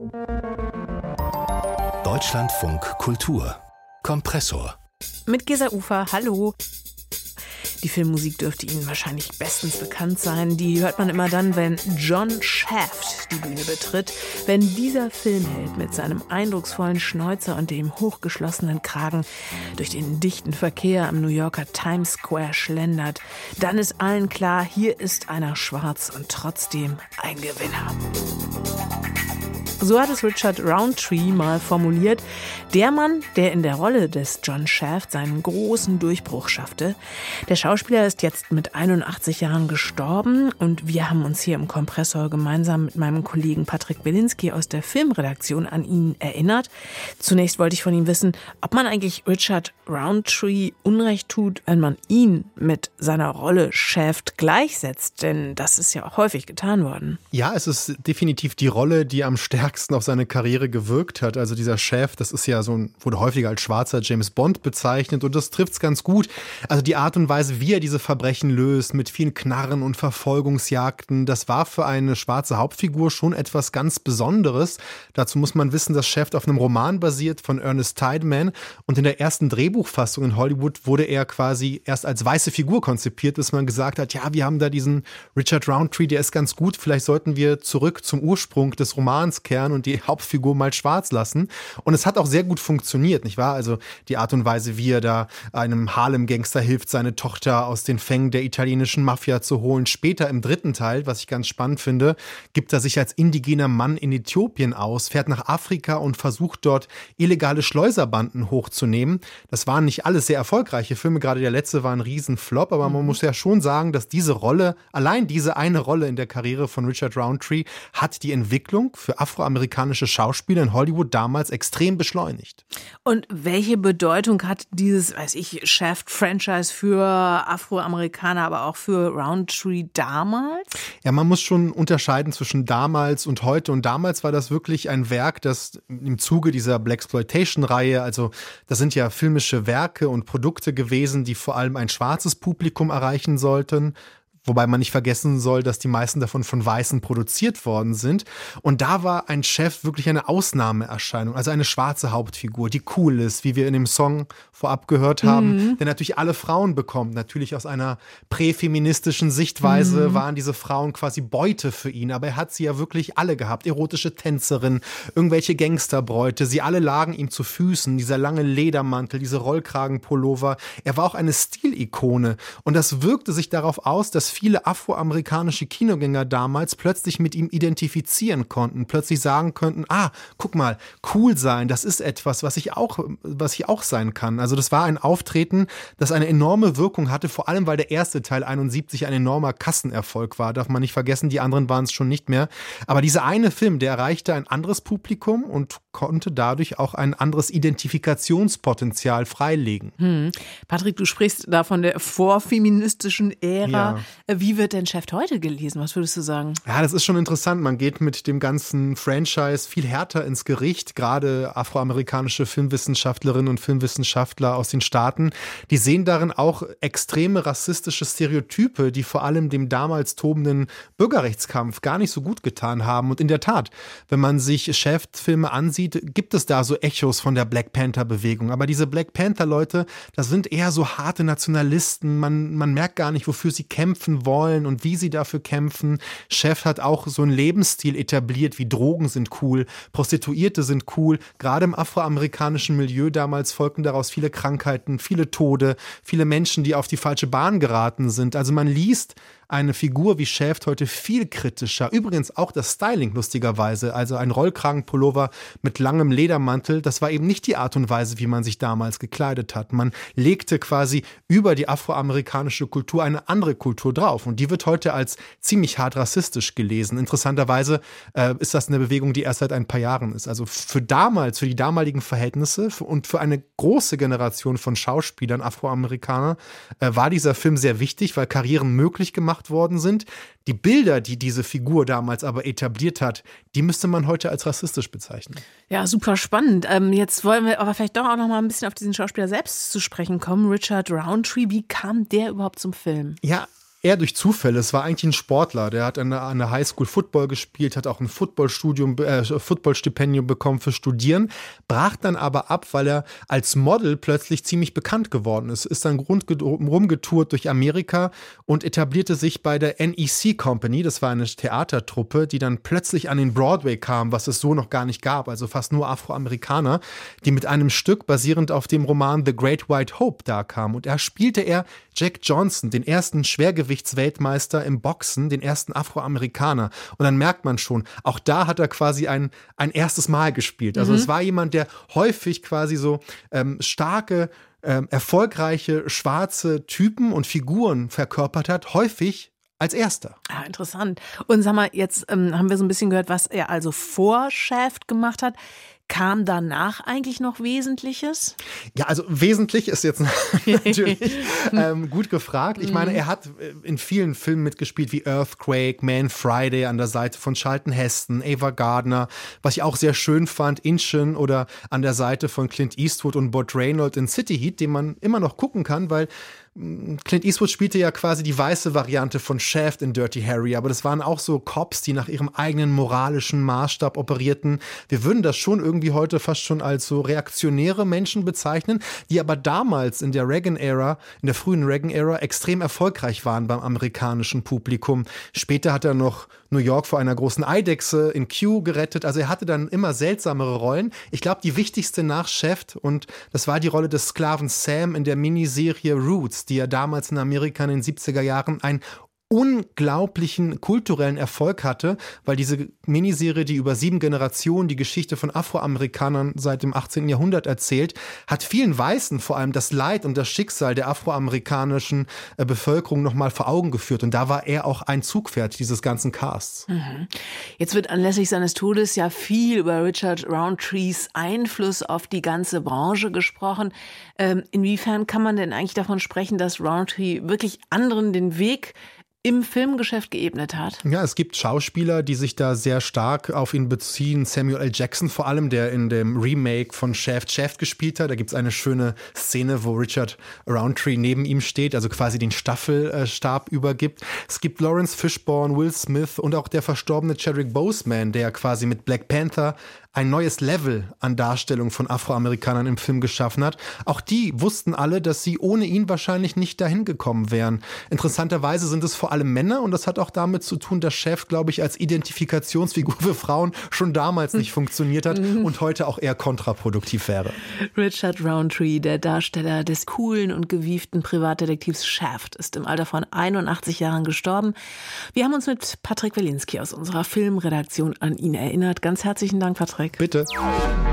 Deutschlandfunk Kultur Kompressor. Mit Gesa Ufer, hallo. Die Filmmusik dürfte Ihnen wahrscheinlich bestens bekannt sein. Die hört man immer dann, wenn John Shaft die Bühne betritt. Wenn dieser Filmheld mit seinem eindrucksvollen Schnäuzer und dem hochgeschlossenen Kragen durch den dichten Verkehr am New Yorker Times Square schlendert, dann ist allen klar, hier ist einer schwarz und trotzdem ein Gewinner. So hat es Richard Roundtree mal formuliert. Der Mann, der in der Rolle des John Shaft seinen großen Durchbruch schaffte. Der Schauspieler ist jetzt mit 81 Jahren gestorben und wir haben uns hier im Kompressor gemeinsam mit meinem Kollegen Patrick Wilinski aus der Filmredaktion an ihn erinnert. Zunächst wollte ich von ihm wissen, ob man eigentlich Richard Roundtree Unrecht tut, wenn man ihn mit seiner Rolle Shaft gleichsetzt, denn das ist ja auch häufig getan worden. Ja, es ist definitiv die Rolle, die am stärksten auf seine Karriere gewirkt hat. Also dieser Shaft, das ist ja wurde häufiger als schwarzer James Bond bezeichnet und das trifft's ganz gut. Also die Art und Weise, wie er diese Verbrechen löst, mit vielen Knarren und Verfolgungsjagden, das war für eine schwarze Hauptfigur schon etwas ganz Besonderes. Dazu muss man wissen, dass Shaft auf einem Roman basiert von Ernest Tideman und in der ersten Drehbuchfassung in Hollywood wurde er quasi erst als weiße Figur konzipiert, bis man gesagt hat, ja, wir haben da diesen Richard Roundtree, der ist ganz gut, vielleicht sollten wir zurück zum Ursprung des Romans kehren und die Hauptfigur mal schwarz lassen. Und es hat auch sehr gut funktioniert, nicht wahr? Also die Art und Weise, wie er da einem Harlem-Gangster hilft, seine Tochter aus den Fängen der italienischen Mafia zu holen. Später im dritten Teil, was ich ganz spannend finde, gibt er sich als indigener Mann in Äthiopien aus, fährt nach Afrika und versucht dort illegale Schleuserbanden hochzunehmen. Das waren nicht alles sehr erfolgreiche Filme, gerade der letzte war ein Riesenflop, aber man muss ja schon sagen, dass diese Rolle, allein diese eine Rolle in der Karriere von Richard Roundtree, hat die Entwicklung für afroamerikanische Schauspieler in Hollywood damals extrem beschleunigt. Und welche Bedeutung hat dieses, Shaft-Franchise für Afroamerikaner, aber auch für Roundtree damals? Ja, man muss schon unterscheiden zwischen damals und heute. Und damals war das wirklich ein Werk, das im Zuge dieser Blaxploitation-Reihe, also das sind ja filmische Werke und Produkte gewesen, die vor allem ein schwarzes Publikum erreichen sollten. Wobei man nicht vergessen soll, dass die meisten davon von Weißen produziert worden sind. Und da war ein Chef wirklich eine Ausnahmeerscheinung, also eine schwarze Hauptfigur, die cool ist, wie wir in dem Song vorab gehört haben, der natürlich alle Frauen bekommt. Natürlich aus einer präfeministischen Sichtweise waren diese Frauen quasi Beute für ihn, aber er hat sie ja wirklich alle gehabt. Erotische Tänzerinnen, irgendwelche Gangsterbräute, sie alle lagen ihm zu Füßen, dieser lange Ledermantel, diese Rollkragenpullover. Er war auch eine Stilikone und das wirkte sich darauf aus, dass viele afroamerikanische Kinogänger damals plötzlich mit ihm identifizieren konnten, plötzlich sagen könnten, guck mal, cool sein, das ist etwas, was ich auch sein kann. Also das war ein Auftreten, das eine enorme Wirkung hatte, vor allem weil der erste Teil 71 ein enormer Kassenerfolg war, darf man nicht vergessen, die anderen waren es schon nicht mehr. Aber dieser eine Film, der erreichte ein anderes Publikum und konnte dadurch auch ein anderes Identifikationspotenzial freilegen. Patrick, du sprichst da von der vorfeministischen Ära. Ja. Wie wird denn Shaft heute gelesen? Was würdest du sagen? Ja, das ist schon interessant. Man geht mit dem ganzen Franchise viel härter ins Gericht. Gerade afroamerikanische Filmwissenschaftlerinnen und Filmwissenschaftler aus den Staaten, die sehen darin auch extreme rassistische Stereotype, die vor allem dem damals tobenden Bürgerrechtskampf gar nicht so gut getan haben. Und in der Tat, wenn man sich Shaft-Filme ansieht, gibt es da so Echos von der Black Panther-Bewegung. Aber diese Black Panther-Leute, das sind eher so harte Nationalisten. Man merkt gar nicht, wofür sie kämpfen wollen und wie sie dafür kämpfen. Shaft hat auch so einen Lebensstil etabliert, wie Drogen sind cool, Prostituierte sind cool. Gerade im afroamerikanischen Milieu damals folgten daraus viele Krankheiten, viele Tode, viele Menschen, die auf die falsche Bahn geraten sind. Also man liest eine Figur wie Shaft heute viel kritischer. Übrigens auch das Styling lustigerweise, also ein Rollkragenpullover mit langem Ledermantel, das war eben nicht die Art und Weise, wie man sich damals gekleidet hat. Man legte quasi über die afroamerikanische Kultur eine andere Kultur drauf und die wird heute als ziemlich hart rassistisch gelesen. Interessanterweise ist das eine Bewegung, die erst seit ein paar Jahren ist. Also für die damaligen Verhältnisse und für eine große Generation von Schauspielern, Afroamerikaner, war dieser Film sehr wichtig, weil Karrieren möglich gemacht worden sind. Die Bilder, die diese Figur damals aber etabliert hat, die müsste man heute als rassistisch bezeichnen. Ja, super spannend. Jetzt wollen wir aber vielleicht doch auch noch mal ein bisschen auf diesen Schauspieler selbst zu sprechen kommen. Richard Roundtree, wie kam der überhaupt zum Film? Ja, eher durch Zufälle. Es war eigentlich ein Sportler, der hat an der Highschool Football gespielt, hat auch ein Footballstipendium bekommen für Studieren, brach dann aber ab, weil er als Model plötzlich ziemlich bekannt geworden ist. Ist dann rumgetourt durch Amerika und etablierte sich bei der NEC Company. Das war eine Theatertruppe, die dann plötzlich an den Broadway kam, was es so noch gar nicht gab. Also fast nur Afroamerikaner, die mit einem Stück basierend auf dem Roman The Great White Hope da kamen. Und spielte er Jack Johnson, den ersten Schwergewichtsweltmeister im Boxen, den ersten Afroamerikaner. Und dann merkt man schon, auch da hat er quasi ein erstes Mal gespielt. Also es war jemand, der häufig quasi so starke, erfolgreiche, schwarze Typen und Figuren verkörpert hat, häufig als erster. Ah, interessant. Und sag mal, jetzt haben wir so ein bisschen gehört, was er also vor Shaft gemacht hat. Kam danach eigentlich noch Wesentliches? Ja, also wesentlich ist jetzt natürlich gut gefragt. Ich meine, er hat in vielen Filmen mitgespielt wie Earthquake, Man Friday an der Seite von Charlton Heston, Ava Gardner, was ich auch sehr schön fand, Inchen oder an der Seite von Clint Eastwood und Burt Reynolds in City Heat, den man immer noch gucken kann, weil Clint Eastwood spielte ja quasi die weiße Variante von Shaft in Dirty Harry, aber das waren auch so Cops, die nach ihrem eigenen moralischen Maßstab operierten. Wir würden das schon irgendwie heute fast schon als so reaktionäre Menschen bezeichnen, die aber damals in der Reagan-Ära, in der frühen Reagan-Ära extrem erfolgreich waren beim amerikanischen Publikum. Später hat er noch New York vor einer großen Eidechse in Q gerettet. Also er hatte dann immer seltsamere Rollen. Ich glaube, die wichtigste nach Shaft, und das war die Rolle des Sklaven Sam in der Miniserie Roots, die ja damals in Amerika in den 70er Jahren ein unglaublichen kulturellen Erfolg hatte, weil diese Miniserie, die über 7 Generationen die Geschichte von Afroamerikanern seit dem 18. Jahrhundert erzählt, hat vielen Weißen vor allem das Leid und das Schicksal der afroamerikanischen Bevölkerung nochmal vor Augen geführt. Und da war er auch ein Zugpferd dieses ganzen Casts. Jetzt wird anlässlich seines Todes ja viel über Richard Roundtrees Einfluss auf die ganze Branche gesprochen. Inwiefern kann man denn eigentlich davon sprechen, dass Roundtree wirklich anderen den Weg im Filmgeschäft geebnet hat? Ja, es gibt Schauspieler, die sich da sehr stark auf ihn beziehen. Samuel L. Jackson vor allem, der in dem Remake von Shaft gespielt hat. Da gibt es eine schöne Szene, wo Richard Roundtree neben ihm steht, also quasi den Staffelstab übergibt. Es gibt Lawrence Fishburne, Will Smith und auch der verstorbene Chadwick Boseman, der quasi mit Black Panther ein neues Level an Darstellung von Afroamerikanern im Film geschaffen hat. Auch die wussten alle, dass sie ohne ihn wahrscheinlich nicht dahin gekommen wären. Interessanterweise sind es vor allem Männer, und das hat auch damit zu tun, dass Shaft, glaube ich, als Identifikationsfigur für Frauen schon damals nicht funktioniert hat und heute auch eher kontraproduktiv wäre. Richard Roundtree, der Darsteller des coolen und gewieften Privatdetektivs Shaft, ist im Alter von 81 Jahren gestorben. Wir haben uns mit Patrick Wilinski aus unserer Filmredaktion an ihn erinnert. Ganz herzlichen Dank, Patrick. Bitte.